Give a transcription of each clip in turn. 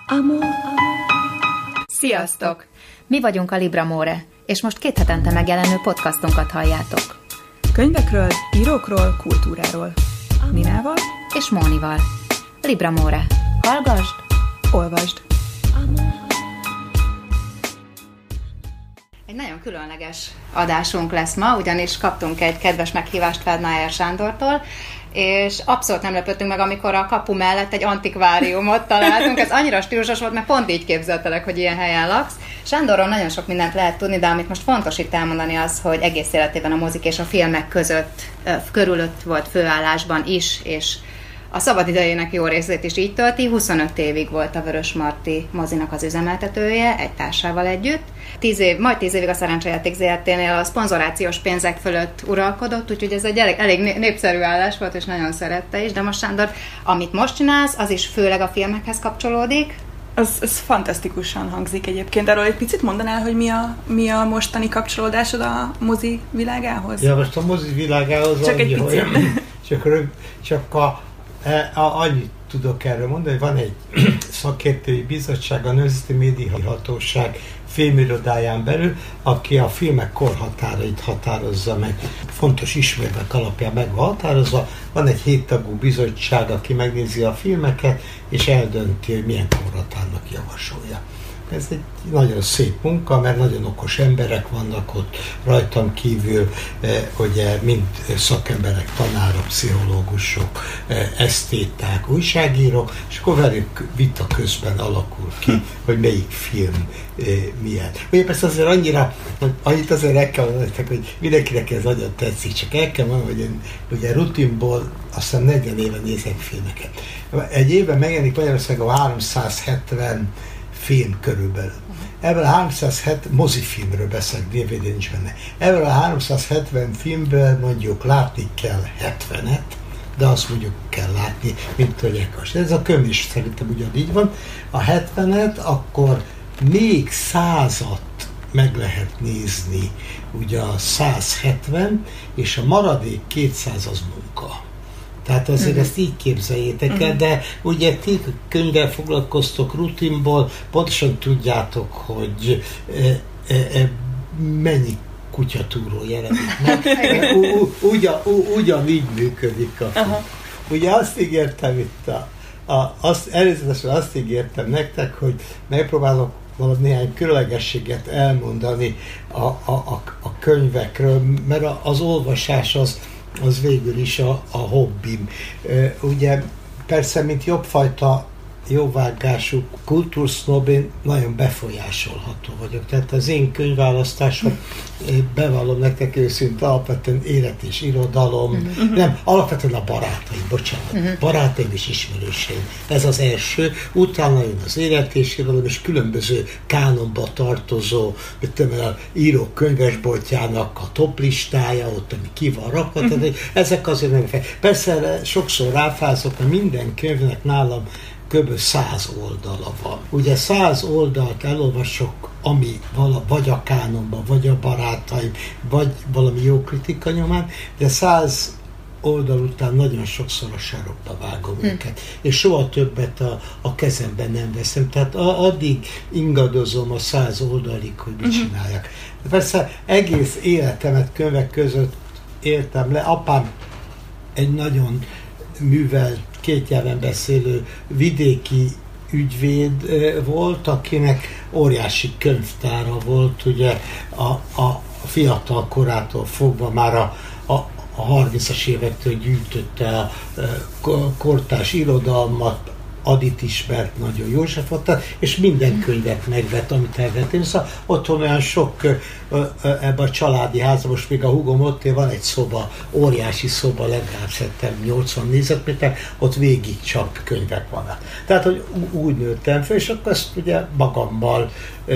Sziasztok! Mi vagyunk a Libramore, és most 2 hetente megjelenő podcastunkat halljátok. Könyvekről, írókról, kultúráról. Ninával és Mónival. Libramore. Hallgasd, olvasd! Egy nagyon különleges adásunk lesz ma, ugyanis kaptunk egy kedves meghívást Feldmayer Sándortól, és abszolút nem lepődtünk meg, amikor a kapu mellett egy antikváriumot találtunk. Ez annyira stílusos volt, mert pont így képzeltelek, hogy ilyen helyen laksz. Sándorról nagyon sok mindent lehet tudni, de amit most fontos itt elmondani az, hogy egész életében a mozik és a filmek körülött volt főállásban is, és a szabadidejének jó részét is így tölti. 25 évig volt a Vörösmarty mozinak az üzemeltetője, egy társával együtt. 10 évig a Szerencsejáték Zrt-nél a szponzorációs pénzek fölött uralkodott, úgyhogy ez egy elég népszerű állás volt, és nagyon szerette is. De most, Sándor, amit most csinálsz, az is főleg a filmekhez kapcsolódik. Ez fantasztikusan hangzik egyébként. Arról egy picit mondanál, hogy mi a mostani kapcsolódásod a mozi világához? Ja, most a mozi világához csak egy picit. Annyit tudok erről mondani, hogy van egy szakértői bizottság, a Nemzeti Médiahatóság filmirodáján belül, aki a filmek korhatárait határozza meg. Fontos ismérvek alapján meg van határozva. Van egy 7 tagú bizottság, aki megnézi a filmeket, és eldönti, hogy milyen korhatárnak javasolja. Ez egy nagyon szép munka, mert nagyon okos emberek vannak ott rajtam kívül, ugye mind szakemberek, tanárok, pszichológusok, esztéták, újságírók, és akkor velük vita közben alakul ki, hogy melyik film milyen. Ugye persze azért annyit azért el kell mondani, hogy mindenkinek ez nagyon tetszik, csak el kell mondani, hogy én ugye rutinból aztán 40 éve nézek filmeket. Egy évben megjelenik Magyarországon 370 film körülbelül. Ebből a 370 mozifilmről beszélek, DVD nincs benne. Ebből a 370 filmből mondjuk látni kell 70-et, de azt mondjuk kell látni, mint Tölyekas. Ez a könyv is szerintem ugyanígy van. A 70-et, akkor még 100-at meg lehet nézni, ugye a 170, és a maradék 200 az munka. Tehát azért ezt így képzeljétek el, de ugye ti könyvvel foglalkoztok rutinból, pontosan tudjátok, hogy mennyi kutyatúró jelenik meg. Ugyanígy működik a film. Ugye azt ígértem itt, előzetesen azt ígértem nektek, hogy megpróbálok valami néhány különlegességet elmondani a könyvekről, mert az olvasás az végül is a hobbim. Ugye persze, mint jobbfajta jóvágású kultúrsznob, én nagyon befolyásolható vagyok. Tehát az én könyvválasztásom, bevallom nektek őszintén, alapvetően élet és irodalom, nem, alapvetően a barátaim és ismerőseim. Ez az első, utána jön az élet és irodalom, és különböző kánonba tartozó, a írók könyvesboltjának a top listája, ott, ami ki van rakva, tehát ezek azért nem fel. Persze sokszor ráfázok, hogy minden könyvnek nálam kb. 100 oldala van. Ugye 100 oldalt elolvasok, ami vagy a kánonban, vagy a barátaim, vagy valami jó kritika nyomán, de 100 oldal után nagyon sokszor a sarokba vágom őket, és soha többet a kezemben nem veszem. Tehát addig ingadozom a 100 oldalig, hogy mit csináljak. De persze egész életemet könyvek között éltem le. Apám egy nagyon művelt, 2 nyelven beszélő vidéki ügyvéd volt, akinek óriási könyvtára volt, ugye a fiatal korától fogva már a 30-as évektől gyűjtötte a kortárs irodalmat, Adit ismert nagyon Józsefot, és minden könyvet megvett, amit elvett. Én szóval otthon olyan sok ebben a családi házban, most még a húgom ott van egy szoba, óriási szoba, legalább szerintem 80 négyzetméter, ott végig csak könyvek vannak. Tehát, hogy úgy nőttem fel, és akkor ezt ugye magammal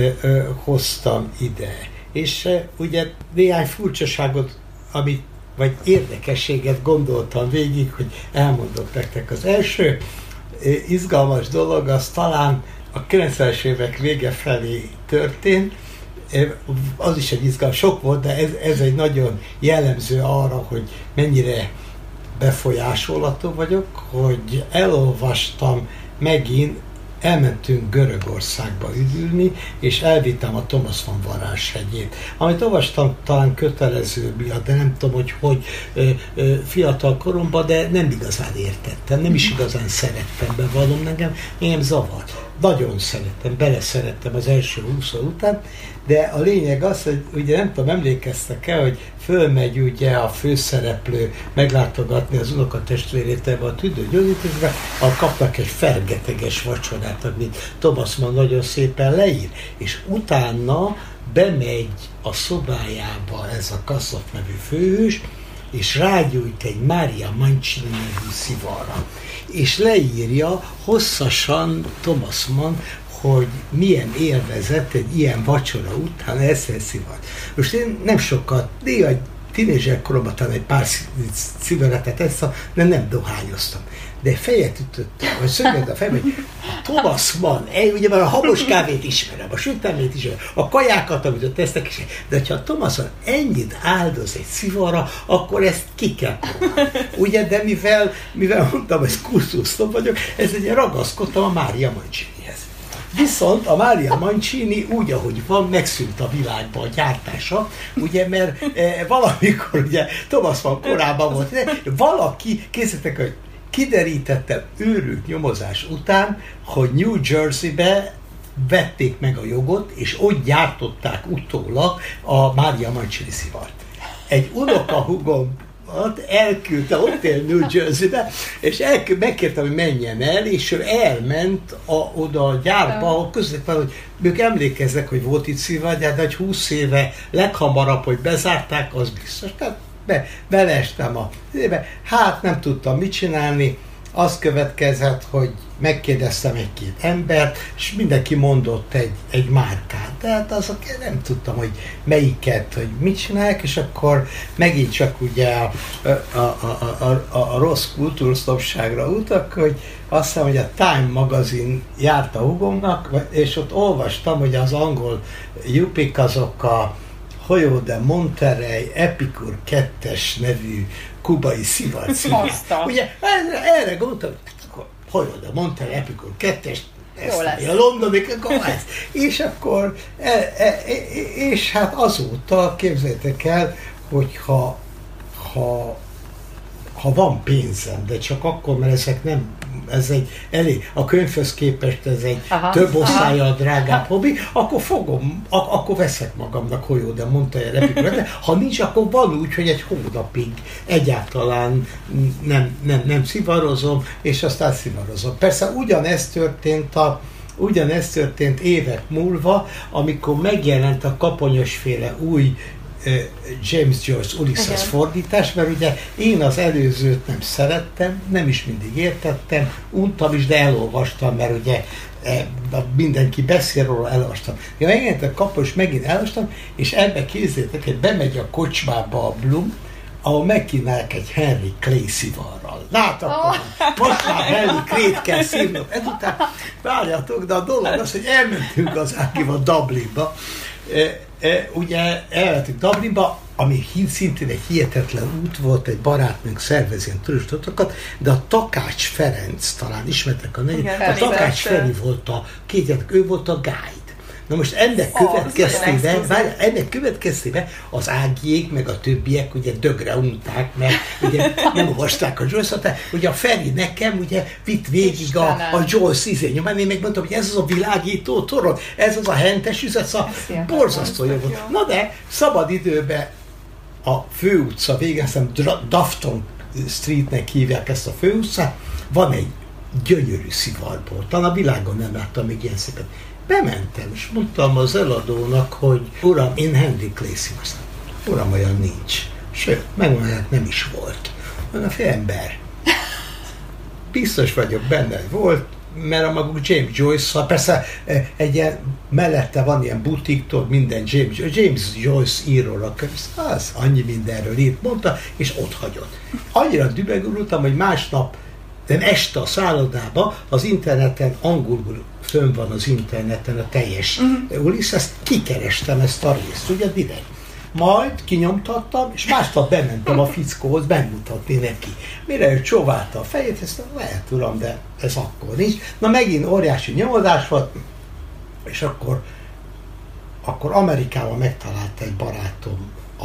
hoztam ide. És ugye néhány furcsaságot, vagy érdekességet gondoltam végig, hogy elmondok nektek. Az első izgalmas dolog, az talán a 90-es évek vége felé történt, az is egy izgalmas, sok volt, de ez egy nagyon jellemző arra, hogy mennyire befolyásolható vagyok, hogy elolvastam megint elmentünk Görögországba üdülni, és elvittem a Thomas van Varázshegyét, amit olvastam talán kötelező miatt, de nem tudom, hogy fiatal koromban, de nem igazán értettem, nem is igazán szerettem, bevallom, engem zavart. Nagyon szerettem, beleszerettem az első 20 után, de a lényeg az, hogy ugye nem tudom, emlékeztek-e, hogy fölmegy ugye a főszereplő meglátogatni az unokatestvérét ebbe a tüdőgyógyításba, ahol kapnak egy fergeteges vacsorát, amit Thomas Mann nagyon szépen leír, és utána bemegy a szobájába ez a Kassoff nevű főhős, és rágyújt egy Mária Mancini nevű szivarra, és leírja hosszasan Thomas Mann, hogy milyen élvezet egy ilyen vacsora után elszeszivart. Most én nem sokat, néha tínézser koromban talán egy pár cigarettát eszem, de nem dohányoztam. De fejet ütöttem, vagy szöget a fejbe, hogy a Thomas Mann, ugye már a habos kávét ismerem, a sütemét ismerem, a kajákat, amit ott tesznek is, de ha a Thomas Mann ennyit áldoz egy szivarra, akkor ezt ki kell próbálni. Ugye, de mivel mondtam, ez kurzusztom vagyok, ez egy ragaszkodtam a Mária Mancinihez. Viszont a Mária Mancini úgy, ahogy van, megszűnt a világban a gyártása, ugye, mert valamikor ugye Thomas Mann korában volt, valaki, készítettek, hogy kiderítettem őrült nyomozás után, hogy New Jersey-be vették meg a jogot, és ott gyártották utólag a Mária Mancini szivart. Egy unokahúgom elküldte, ott él New Jersey-be, és megkértem, hogy menjen el, és ő elment oda a gyárba, ahol között van, hogy ők emlékeznek, hogy volt itt szivárgyár, de egy 20 éve leghamarabb, hogy bezárták, az biztos. Tehát beleestem a éve. Hát nem tudtam mit csinálni, az következett, hogy megkérdeztem egy-két embert, és mindenki mondott egy márkát. Tehát azok nem tudtam, hogy melyiket, hogy mit csinálják, és akkor megint csak ugye a rossz kultúrsztopságra utak, hogy azt hiszem, hogy a Time magazin járt a hugomnak, és ott olvastam, hogy az angol jupik azok a Hoyo de Monterrey Epicure 2-es nevű kubai szivarc. Ugye erre gondoltam, akkor Hoyo de Monterrey Epicure 2-es, a londoni, és akkor, és hát azóta képzeljétek el, hogy ha van pénzem, de csak akkor, mert ezek nem, ez egy elég, a könyvhöz képest ez egy több osztállyal drágább hobbi, akkor akkor veszek magamnak Hoyo de Monterrey Epicure, ha nincs, akkor van úgy, hogy egy hónapig egyáltalán nem szivarozom, és aztán szivarozom. Persze ugyanezt történt évek múlva, amikor megjelent a Kaponyosféle új James Joyce Ulysses fordítás, mert ugye én az előzőt nem szerettem, nem is mindig értettem, untam is, de elolvastam, mert ugye mindenki beszél róla, elolvastam. Megjelent a Kapos, megint elolvastam, és ebbe kézzétek, hogy bemegy a kocsmába a Bloom, ahol megkínálják egy Henry Clay szivarral. Látok, most már Henry Clay-t kell szívnom. Ezután várjatok, de a dolog az, hogy elmentünk az Ágival Dublinba, ugye elmentünk Dublinba, ami szintén egy hihetetlen út volt, egy barátnőnk szervez ilyen turistatokat, de a Takács Ferenc, talán ismertek a nevét, a Takács Feri volt ő volt a guide. Na most ennek következtében az Ágiék, meg a többiek ugye dögre unták, mert ugye nem olvasták a Joyce-ot, ugye a Feri nekem ugye vitt végig a Joyce nyomán, én meg mondtam, hogy ez az a világító torony, ez az a hentes üzlet, szóval borzasztó jó volt. Na de szabad időben a főutca végén, aztán Dafton Streetnek hívják ezt a főutcát, van egy gyönyörű szivarból, talán a világon nem láttam még ilyen szépen. Bementem, és mondtam az eladónak, hogy uram, én Henry Clay szívasztam. Uram, olyan nincs. Sőt, megmondják, nem is volt. Mondom, ember. Biztos vagyok benne, volt, mert a maguk James Joyce, persze egy ilyen, mellette van ilyen butiktól, minden James Joyce ír róla, az annyi mindenről írt, mondta, és ott hagyott. Annyira dübegurultam, hogy másnap este a szállodába, az interneten, angolul fönn van az interneten a teljes Ulysses, kikerestem ezt a részt, ugye direkt. Majd kinyomtattam, és másnap bementem a fickóhoz megmutatni neki. Mire ő csóválta a fejét, ezt lehet uram, de ez akkor nincs. Na megint óriási nyomozás volt, és akkor Amerikában megtalálta egy barátom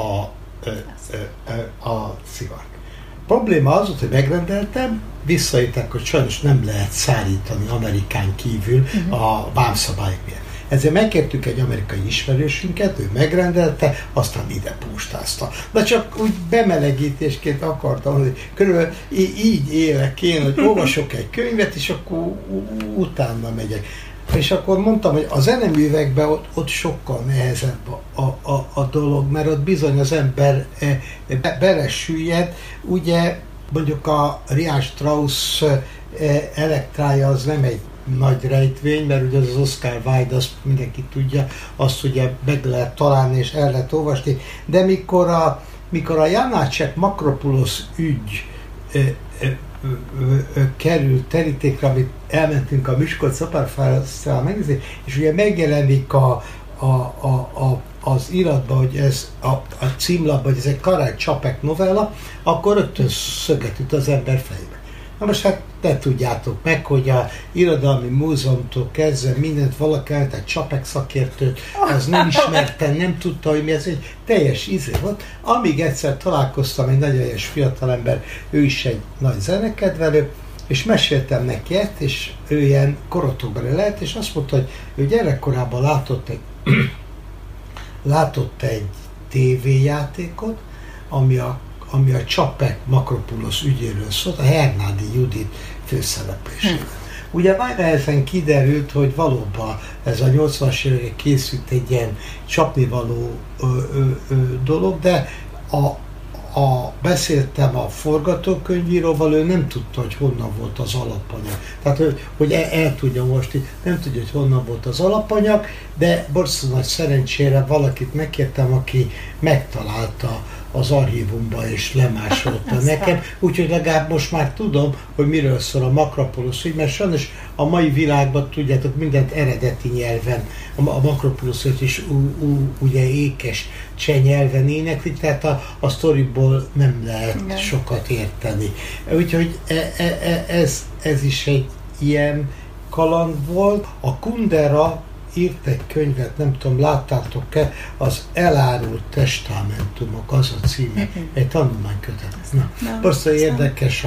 a szivart. Probléma az volt, hogy megrendeltem, visszajöttek, hogy sajnos nem lehet szállítani Amerikán kívül a vámszabályok miatt. Ezért megkértük egy amerikai ismerősünket, ő megrendelte, aztán ide postázta. De csak úgy bemelegítésként akartam, hogy körülbelül így élek én, hogy olvasok egy könyvet, és akkor utána megyek. És akkor mondtam, hogy a zeneművekben ott sokkal nehezebb a dolog, mert ott bizony az ember belesüllyed. Ugye mondjuk a Richard Strauss elektrája az nem egy nagy rejtvény, mert ugye az Oscar Wilde, azt mindenki tudja, azt ugye meg lehet találni és el lehet olvasni, de mikor a Janácsek Makropulosz ügy került terítékre, amit elmentünk a Miskolc Operafesztiválra megnézni, és ugye megjelenik az iratban, hogy ez a címlapban, hogy ez egy Karel Čapek novella, akkor rögtön szöget üt az ember fejbe. Na most hát te tudjátok meg, hogy a Irodalmi Múzeumtól kezdve mindent valaki, tehát Čapek szakértőt, az nem ismerte, nem tudta, hogy mi ez, egy teljes volt. Amíg egyszer találkoztam egy nagyon egyes fiatalember, ő is egy nagy zenekedvelő, és meséltem neki ezt, és ő ilyen korotokban lehet, és azt mondta, hogy ő gyerekkorában látott egy tévéjátékot, ami a Čapek Makropulosz ügyéről szólt, a Hernádi Judit főszereplésével. Ugye már nehezen kiderült, hogy valóban ez a 80-as években készült egy ilyen csapnivaló dolog, de beszéltem a forgatókönyvíróval, ő nem tudta, hogy honnan volt az alapanyag. Tehát, hogy el tudja most, nem tudja, hogy honnan volt az alapanyag, de borzasztó nagy szerencsére valakit megkértem, aki megtalálta az archívumba és lemásolta nekem, úgyhogy legalább most már tudom, hogy miről szól a Makropulosz ügy, mert sajnos a mai világban, tudjátok, mindent eredeti nyelven, a Makropulosz is ugye ékes cseh nyelven énekli, tehát a sztoriból nem lehet sokat érteni. Úgyhogy ez is egy ilyen kaland volt. A Kundera írt egy könyvet, nem tudom, láttátok-e, az Elárult testamentumok, az a címe, egy tanulmánykötet. Persze érdekes,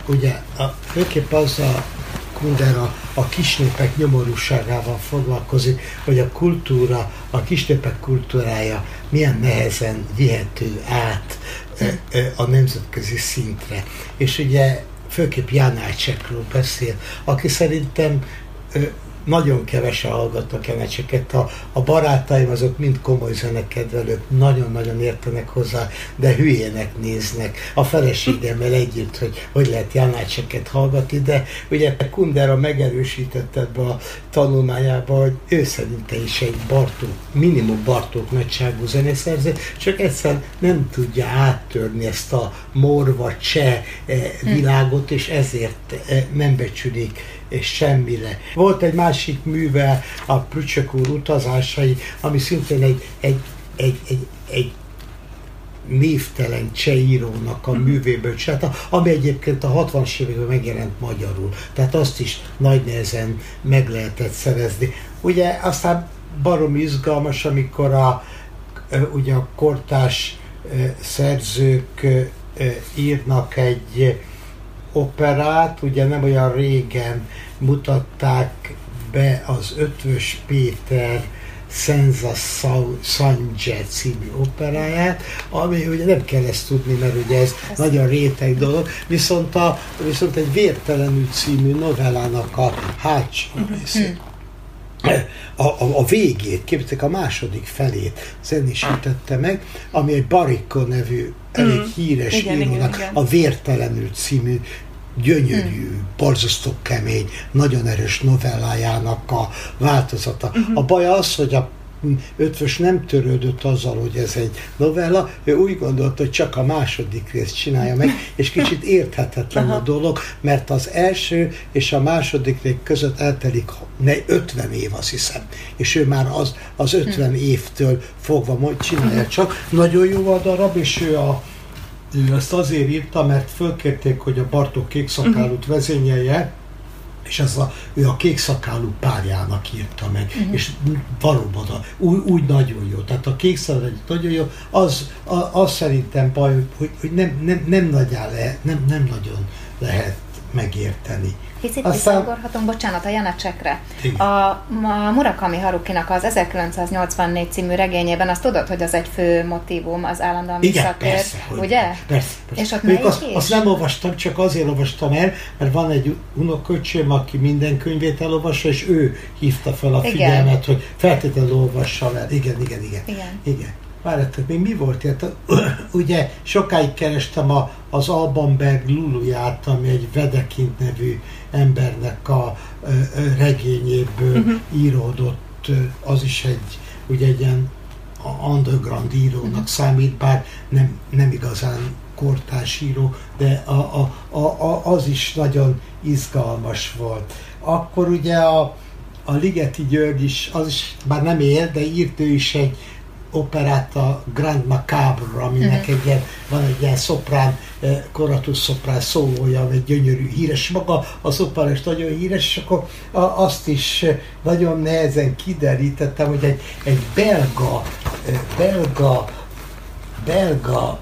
főképp az a Kundera a kisnépek nyomorúságával foglalkozik, hogy a kultúra, a kisnépek kultúrája milyen nehezen vihető át a nemzetközi szintre. És ugye főképp Janácsekről beszél, aki szerintem nagyon kevesen hallgatnak Janácseket. A barátaim azok mind komoly zenekedvelők, nagyon-nagyon értenek hozzá, de hülyének néznek. A feleségemmel együtt, hogy lehet Janácseket hallgatni, de ugye Kundera megerősítette ebbe a tanulmányába, hogy ő szerinte is egy minimum Bartók nagyságú zeneszerző, csak egyszer nem tudja áttörni ezt a morva cseh világot, és ezért nem becsülik semmire. Volt egy másik műve, a Prücsök úr utazásai, ami szintén egy névtelen cseh írónak a művéből csinálta, ami egyébként a 60-as években megjelent magyarul. Tehát azt is nagy nehezen meg lehetett szerezni. Ugye aztán baromi izgalmas, amikor ugye a kortárs szerzők írnak egy operát, ugye nem olyan régen mutatták be az Ötvös Péter Senza Sange című operáját, ami ugye nem kell ezt tudni, mert ugye ez nagyon réteg dolog, viszont egy Vértelenül című novellának a hátsó részét, a végét, képzeljétek, a második felét zenésítette meg, ami egy Barikko nevű elég híres írónak a Vértelenül című gyönyörű, borzasztó kemény, nagyon erős novellájának a változata. A baj az, hogy Ötvös nem törődött azzal, hogy ez egy novella, ő úgy gondolta, hogy csak a második részt csinálja meg, és kicsit érthetetlen a dolog, mert az első és a második rész között eltelik 50 év, azt hiszem, és ő már az 50 évtől fogva csinálja csak. Nagyon jó a darab, és ő azt azért írta, mert fölkérték, hogy a Bartók Kékszakálút vezényelje, és ő a Kékszakálú párjának írta meg, és valóban úgy nagyon jó. Tehát a Kékszakálú nagyon jó, az szerintem baj, hogy nem nagyon lehet megérteni. Picit visszaugorhatunk, bocsánat, a Janecsekre. A Murakami Harukinak az 1984 című regényében azt tudod, hogy az egy fő motívum, az állandóan visszatér, ugye? Persze. És ott melyik is? Azt nem olvastam, csak azért olvastam el, mert van egy unoköcsém, aki minden könyvét elolvassa, és ő hívta fel a figyelmet, hogy feltétlenül olvassam el. Igen. Várjátok, még mi volt? Ugye sokáig kerestem az Alban Berg Luluját, ami egy Vedekint nevű embernek a regényéből íródott, az is egy ilyen underground írónak számít, bár nem igazán kortárs író, de az is nagyon izgalmas volt. Akkor ugye a Ligeti György is, az is már nem él, de írt ő is egy operát, a Grand Macabre, aminek van egy ilyen szoprán, koratus szoprán szólója, egy gyönyörű, híres maga, az opera is nagyon híres, és akkor azt is nagyon nehezen kiderítettem, hogy egy belga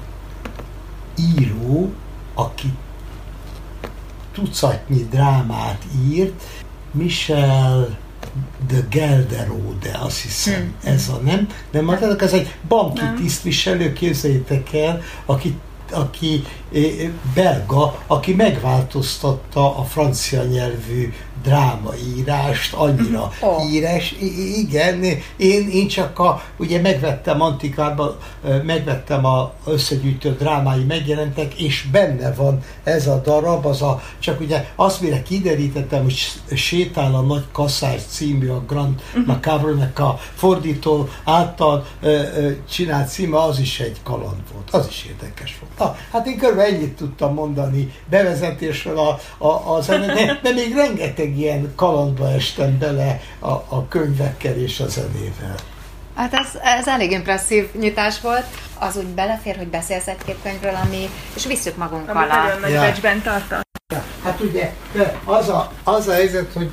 író, aki tucatnyi drámát írt, Michel de Gelderode, azt hiszem, ez a nem. De magának ez egy banki tisztviselő, képzeljétek el, aki belga, aki megváltoztatta a francia nyelvű drámaírást, annyira híres. Igen, én csak ugye megvettem Antikvárban, megvettem a összegyűjtő drámái megjelentek, és benne van ez a darab, csak ugye azt mire kiderítettem, hogy Sétál a nagy kasszás című, a Grand Macabre-nek a fordító által csinált címe, az is egy kaland volt, az is érdekes volt. Hát én körülbelül ennyit tudtam mondani bevezetésről a zene, de még rengeteg ilyen kalandba estem bele a könyvekkel és a zenével. Hát ez elég impresszív nyitás volt. Az úgy belefér, hogy beszélsz egy-két könyvről, és visszük magunkkal. Amit nagyon nagy becsben tartasz. Hát ugye az a helyzet, hogy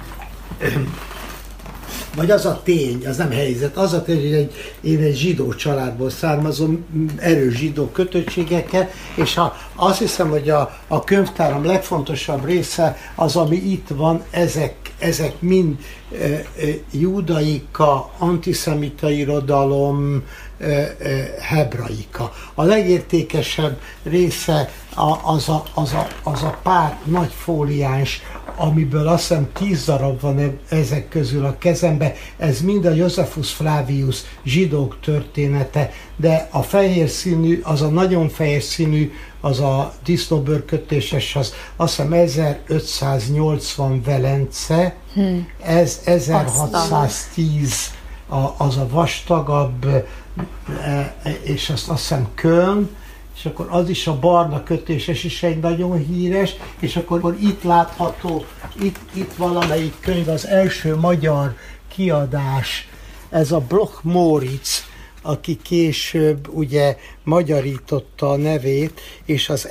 vagy az a tény, az nem helyzet, az a tény, hogy én egy zsidó családból származom, erős zsidó kötöttségekkel, és azt hiszem, hogy a könyvtáram legfontosabb része az, ami itt van, ezek mind judaika, antiszemita irodalom, hebraika. A legértékesebb része az a pár nagy fóliáns, amiből azt hiszem 10 darab van ezek közül a kezemben, ez mind a Josephus Flavius zsidók története, de a fehér színű, az a nagyon fehér színű, az a disznóbőrkötéses, azt hiszem 1580 Velence, ez 1610 az a vastagabb, és azt hiszem Köln, és akkor az is a barna kötéses is egy nagyon híres, és akkor itt látható, itt valamelyik könyv, az első magyar kiadás, ez a Bloch Móricz, aki később ugye magyarította a nevét, és az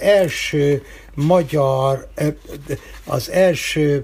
első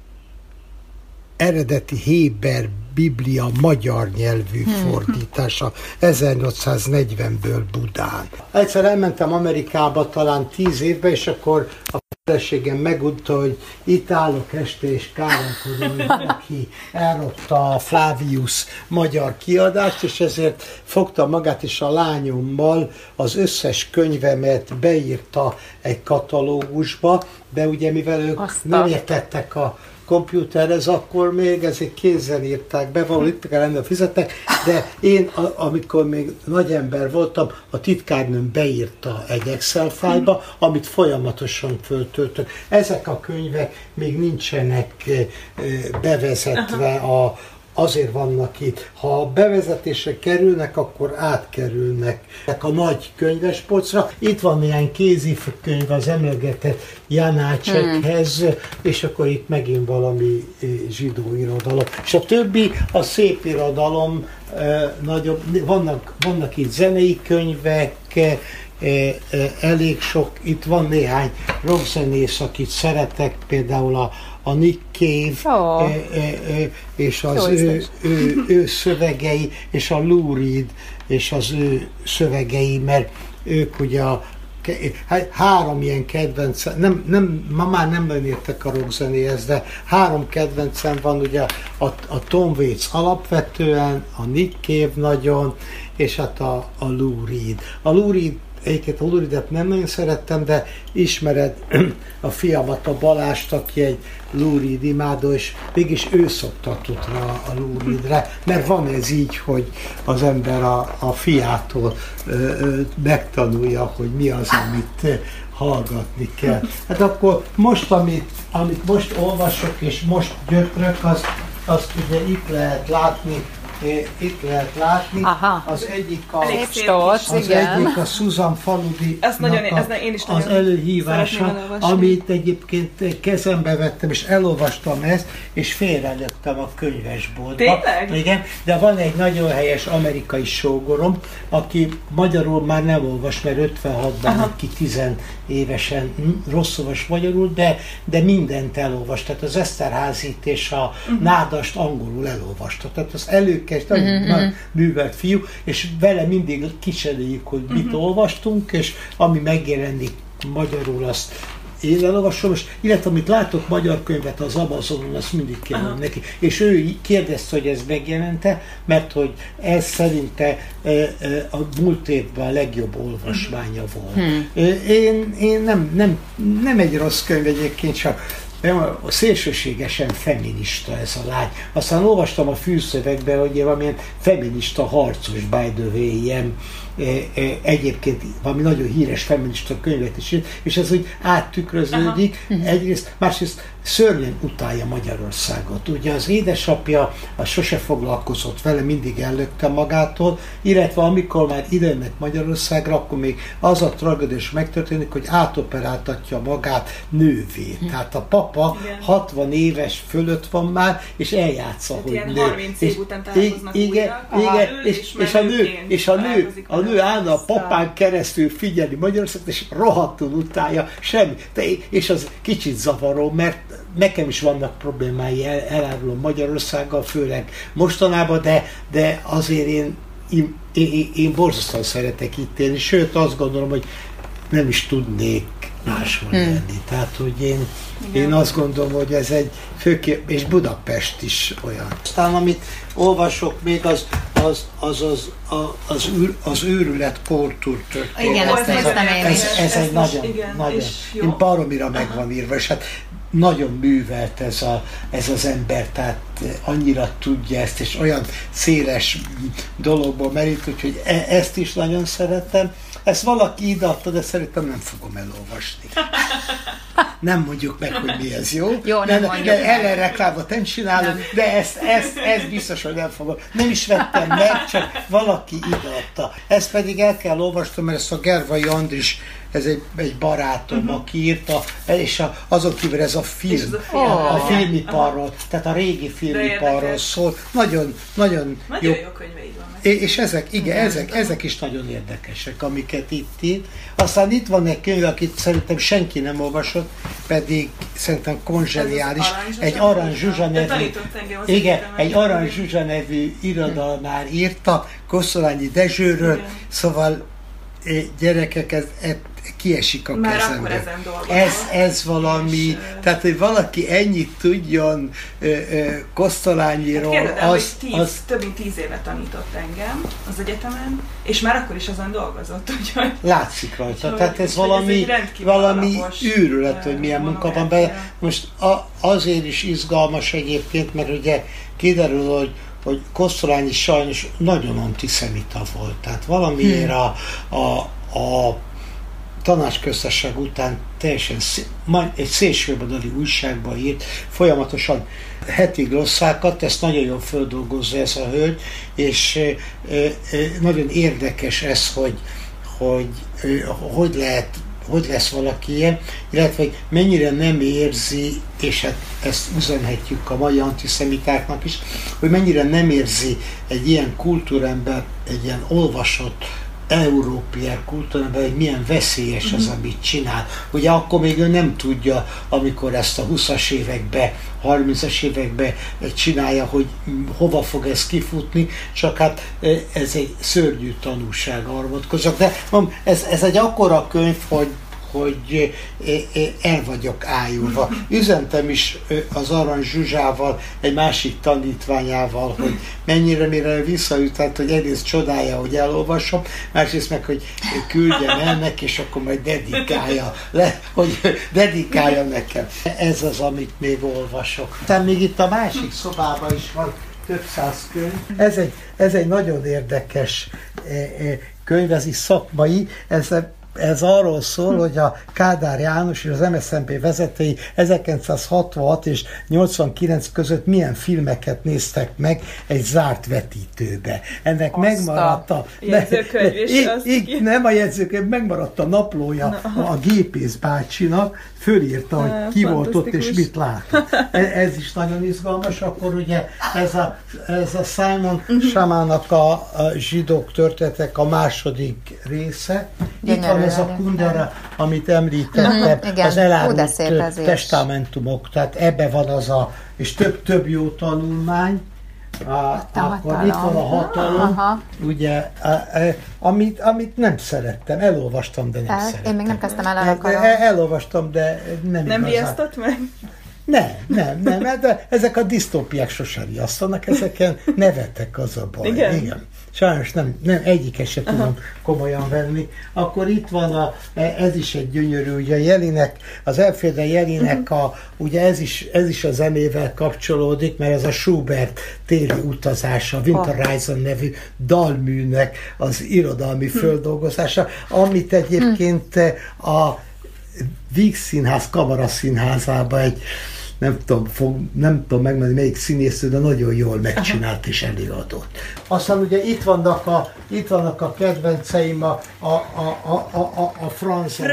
eredeti Héber Biblia magyar nyelvű fordítása 1840-ből Budán. Egyszer elmentem Amerikába talán 10 évbe, és akkor a feleségem megudta, hogy itt állok este és káromkodom, hogy valaki elropta a Flavius magyar kiadást, és ezért fogta magát, és a lányommal az összes könyvemet beírta egy katalógusba, de ugye mivel ők nem értettek a kompjúterhez, akkor még ezért kézzel írták be, valahol itt kell lenne fizetnek, de én, amikor még nagy ember voltam, a titkárnőm beírta egy Excel fájlba, amit folyamatosan föltöltök. Ezek a könyvek még nincsenek bevezetve azért vannak itt. Ha a bevezetésre kerülnek, akkor átkerülnek a nagy könyvespolcra. Itt van ilyen kézikönyv az emlegetett Janácsekhez, és akkor itt megint valami zsidó irodalom. És a többi a szép irodalom, nagyobb, vannak itt zenei könyvek, elég sok, itt van néhány rockzenész, akit szeretek, például a Nick Cave, és az ő szövegei, és a Lou Reed, és az ő szövegei, mert ők ugye három ilyen kedvencem, ma már nem értek a rockzenéhez, de három kedvencem van, ugye a Tom Waits alapvetően, a Nick Cave nagyon, és hát a Lou Reed. A Lou Reedet nem nagyon szerettem, de ismered a fiamat, a Balást, aki egy Lou Reed imádó, és mégis ő szoktatott rá a Lou Reedre, mert van ez így, hogy az ember a fiától megtanulja, hogy mi az, amit hallgatni kell. Hát akkor most, amit most olvasok, és most gyötrök, azt ugye itt lehet látni, Aha. Az egyik a Susan Faludi az előhívása, amit egyébként kezembe vettem, és elolvastam ezt, és félrelöktem a könyvesboltba. Tényleg? Igen, de van egy nagyon helyes amerikai sógorom, aki magyarul már nem olvas, mert 56-ban ki 10 évesen rossz olvas magyarul, de mindent elolvas. Tehát az Eszterházit és a Nádast angolul elolvasta. Tehát az nagyon művelt fiú, és vele mindig kicseréljük, hogy mit olvastunk, és ami megjelenik magyarul, azt én elolvasom, és illetve amit látok magyar könyvet az Amazonon, azt mindig kérem neki. És ő kérdezte, hogy ez megjelente, mert hogy ez szerinte a múlt évben a legjobb olvasmánya volt. Én nem egy rossz könyv egyébként, csak szélsőségesen feminista ez a lány. Aztán olvastam a fülszövegben, hogy valamilyen feminista harcos, by the way, ilyen egyébként valami nagyon híres feminista könyvet is írt, és ez úgy áttükröződik egyrészt, másrészt szörnyen utálja Magyarországot. Ugye az édesapja sose foglalkozott vele, mindig ellökte magától, illetve amikor már idejönnek Magyarországra, akkor még az a tragédiás megtörténik, hogy átoperáltatja magát nővé. Tehát a papa 60 éves fölött van már, és eljátsza, hogy ilyen nő. 30 év után találkoznak újra. És a nő állna a papán keresztül figyelni Magyarországot, és rohadtul utálja, semmi. És az kicsit zavaró, mert nekem is vannak problémái, elárulom Magyarországgal, főleg mostanában, de azért én borzasztóan szeretek itt élni, sőt azt gondolom, hogy nem is tudnék máshol lenni. Tehát, hogy én azt gondolom, hogy ez egy főképp, és Budapest is olyan. Aztán amit olvasok még, az őrület Portúr történet. Igen, azt néztem én is. Ez egy nagyon baromira meg van írva, és hát nagyon művelt ez az ember, tehát annyira tudja ezt, és olyan széles dologból merít, úgyhogy ezt is nagyon szeretem. Ezt valaki ide adta, de szerintem nem fogom elolvasni. Nem mondjuk meg, hogy mi ez, jó? Jó, nem mondjuk meg. Ellenreklámot nem csinálok, de ezt biztos, hogy nem fogom. Nem is vettem meg, csak valaki ide adta. Ezt pedig el kell olvasnom, mert ezt a Gervai Andris, ez egy barátom, aki írta, és azon kívül ez a film, a filmiparról, tehát a régi filmiparról szól. Nagyon jó könyveid vannak. És ezek is nagyon érdekesek, amiket itt írt. Aztán itt van egy könyv, akit szerintem senki nem olvasott, pedig szerintem konzseniális. Egy Arany Zsuzsa nevű irodalmár írta, Kosztolányi Dezsőről, szóval gyerekek, ez kiesik a kezembe. Ez valami, és, tehát, hogy valaki ennyit tudjon Kosztolányiról, hát több mint 10 éve tanított engem az egyetemen, és már akkor is azon dolgozott, úgyhogy... Látszik rajta, tehát ez valami őrület, hogy milyen munka van benne. Most azért is izgalmas egyébként, mert ugye kiderül, hogy Kosztolányi sajnos nagyon antiszemita volt, tehát valamiért tanácsköztársaság után teljesen egy szélsőjobboldali újságba írt folyamatosan heti glosszákat, ezt nagyon jól földolgozza ez a hölgy, és nagyon érdekes ez, hogy lesz valaki ilyen, illetve hogy mennyire nem érzi, és hát ezt üzenhetjük a mai antiszemitáknak is, hogy mennyire nem érzi egy ilyen kultúrember, egy ilyen olvasott európai kultúrában, hogy milyen veszélyes az, amit csinál. Ugye akkor még ő nem tudja, amikor ezt a 20-as években, 30-as években csinálja, hogy hova fog ez kifutni, csak hát ez egy szörnyű tanúság arra vonatkozik. De ez egy akkora könyv, hogy el vagyok ájulva. Üzentem is az Arany Zsuzsával, egy másik tanítványával, hogy mennyire visszajutott, hogy egyrészt csodálja, hogy elolvasom, másrészt meg, hogy küldjem el neki, és akkor majd dedikálja nekem. Ez az, amit még olvasok. Tehát még itt a másik szobában is van több száz könyv. Ez egy nagyon érdekes könyv, ez is szakmai, ez arról szól, hogy a Kádár János és az MSZNP vezetői 1966 és 89 között milyen filmeket néztek meg egy zárt vetítőbe. Ennek megmaradt a jegyzőkönyv is. Nem a jegyzőkönyv, megmaradt a naplója a gépész bácsinak, fölírta, hogy ki volt ott és mit látott. Ez is nagyon izgalmas. Akkor ugye ez a Simon Shamának a zsidók történetek a második része. Itt van ez a Kundera, amit említettem, az elárult testamentumok, tehát ebbe van az és több jó tanulmány, akkor itt van a hatalom, ugye, amit nem szerettem, elolvastam, de nem szerettem. Én még nem kezdtem el elolvastam, de nem igazán. Nem riasztott meg? Nem, de ezek a disztópiák sosem riasztanak, ezeken nevetek, az a baj. Igen. Sajnos nem egyiket se tudom komolyan venni. Akkor itt van ez is egy gyönyörű, ugye Jelinek, az Elfriede Jelinek ugye ez is a zenével kapcsolódik, mert ez a Schubert téli utazása, a Winterreisen nevű dalműnek az irodalmi földolgozása, amit egyébként a Víg Színház kamaraszínházában egy nem tudom megmondani melyik színésző, de nagyon jól megcsinált és előadott. Aztán ugye itt vannak a kedvenceim, a franzok.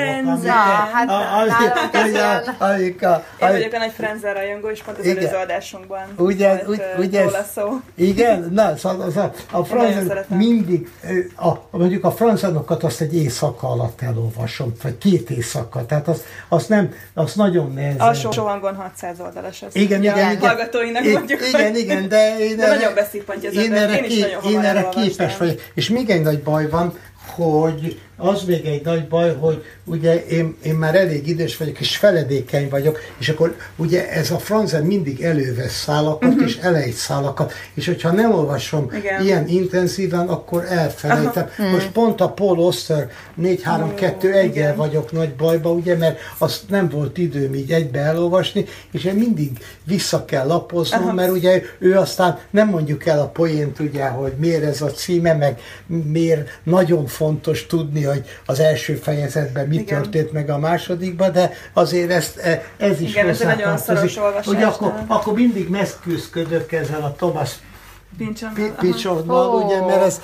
Én vagyok a nagy Franzer rajongó, és pont az előző adásunkban ugye róla szó. Igen, a franzok mindig, mondjuk a franzokat azt egy éjszaka alatt elolvasom, vagy 2 éjszaka, tehát azt nagyon nehezen. Alsó hangon 600 oldalas az. Igen. Hallgatóinak mondjuk. Igen, de nagyon beszippantja az embert. Én erre képes vagyok. És még egy nagy baj van, hogy az még egy nagy baj, hogy ugye én már elég idős vagyok, és feledékeny vagyok, és akkor ugye ez a Franzen mindig elővesz szálakat, és elejt szálakat, és hogyha nem olvasom ilyen intenzíven, akkor elfelejtem. Most pont a Paul Auster 4-3-2-1-jel vagyok nagy bajba, ugye, mert azt nem volt időm így egybe elolvasni, és én mindig vissza kell lapoznom, mert ugye ő aztán nem mondjuk el a poént, ugye, hogy miért ez a címe, meg miért nagyon fontos tudni, hogy az első fejezetben mi történt meg a másodikban, de azért ez is hozzátartozik. Hogy akkor mindig megküzdködök ezzel a Thomas Pynchonnal, ugye, mert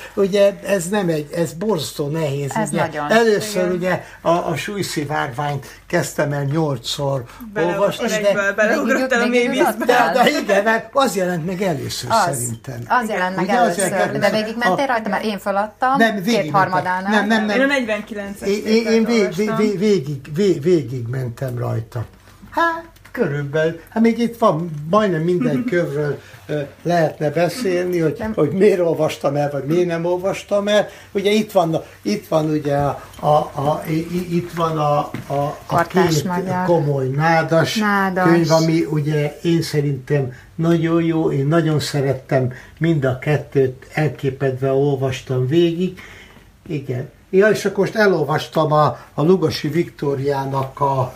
ez borzasztó nehéz. Először ugye a súlyszivárványt kezdtem el 8-szor olvasni. Beleugrottál a mély vízbe. De igen, mert az jelent meg először szerintem. Az jelent meg először, de végig mentél rajta, mert én feladtam 2/3-ánál. Nem. Én a 49-es. Én végig mentem rajta. Körülbelül. Még itt van, majdnem minden kövről lehetne beszélni, hogy miért olvastam el, vagy miért nem olvastam el. Ugye itt van ugye itt van a két komoly nádas könyv, ami ugye én szerintem nagyon jó, én nagyon szerettem mind a kettőt, elképedve olvastam végig. Igen. Ja, és akkor most elolvastam a Lugosi Viktóriának a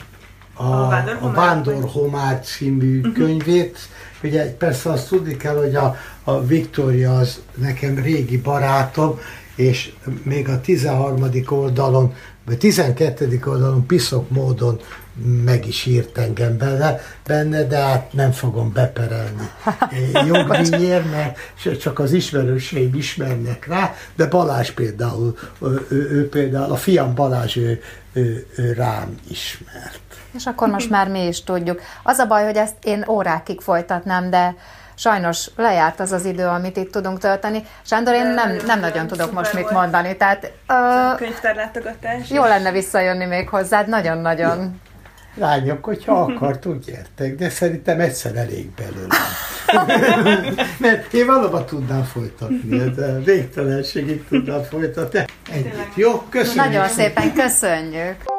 Vándorhomár című könyvét. Ugye persze azt tudni kell, hogy a Viktória az nekem régi barátom, és még a 13. oldalon, vagy 12. oldalon piszok módon meg is írt engem benne, de hát nem fogom beperelni jogdíjért, mert csak az ismerőseim ismernek rá, de Balázs például, ő például, a fiam Balázs, ő rám ismert. És akkor most már mi is tudjuk. Az a baj, hogy ezt én órákig folytatnám, de sajnos lejárt az az idő, amit itt tudunk tölteni. Sándor, én nem nagyon tudok most mit mondani. Tehát könyvtárlátogatás. Jó lenne visszajönni még hozzád, nagyon-nagyon. Ja. Lányok, hogyha akartunk, gyertek, de szerintem egyszer elég belőlem. Mert én valóban tudnám folytatni, de végtelenségig tudnám folytatni. Ennyit. Jó, köszönjük. Nagyon szépen köszönjük.